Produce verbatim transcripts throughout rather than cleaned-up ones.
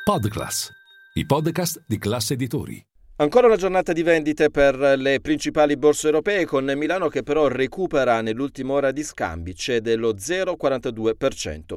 Podclass, i podcast di Class Editori. Ancora una giornata di vendite per le principali borse europee, con Milano che però recupera nell'ultima ora di scambi, cede lo zero virgola quarantadue per cento.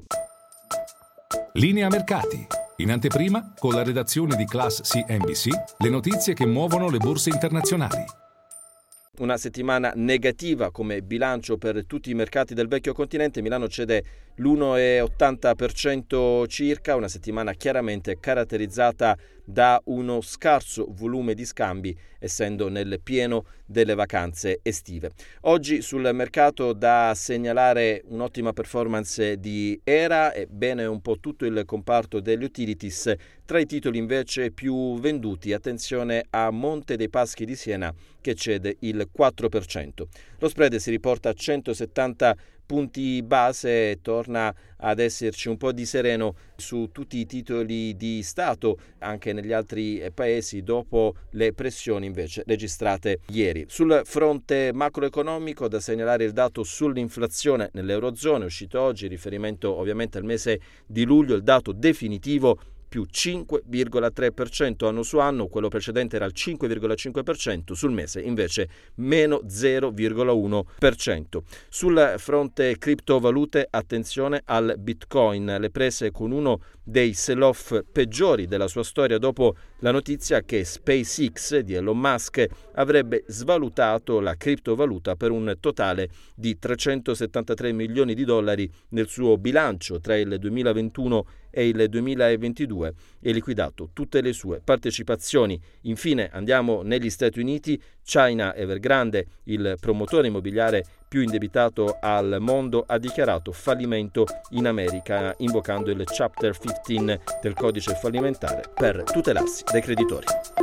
Linea mercati. In anteprima, con la redazione di Class C N B C, le notizie che muovono le borse internazionali. Una settimana negativa come bilancio per tutti i mercati del vecchio continente. Milano cede l'uno virgola ottanta per cento circa, una settimana chiaramente caratterizzata da uno scarso volume di scambi, essendo nel pieno delle vacanze estive. Oggi sul mercato da segnalare un'ottima performance di Hera e bene un po' tutto il comparto degli utilities. Tra i titoli invece più venduti, attenzione a Monte dei Paschi di Siena che cede il quattro per cento. Lo spread si riporta a centosettanta punti base e torna ad esserci un po' di sereno su tutti i titoli di Stato anche negli altri paesi dopo le pressioni invece registrate ieri. Sul fronte macroeconomico da segnalare il dato sull'inflazione nell'Eurozona, è uscito oggi, riferimento ovviamente al mese di luglio, il dato definitivo più cinque virgola tre per cento anno su anno, quello precedente era il cinque virgola cinque per cento, sul mese invece meno zero virgola uno per cento. Sul fronte criptovalute, attenzione al Bitcoin, le prese con uno dei sell-off peggiori della sua storia dopo la notizia che SpaceX di Elon Musk avrebbe svalutato la criptovaluta per un totale di trecentosettantatré milioni di dollari nel suo bilancio tra il duemilaventuno e il duemilaventidue e liquidato tutte le sue partecipazioni. Infine andiamo negli Stati Uniti. China Evergrande, il promotore immobiliare più indebitato al mondo, ha dichiarato fallimento in America, invocando il Chapter quindici del codice fallimentare per tutelarsi dai creditori.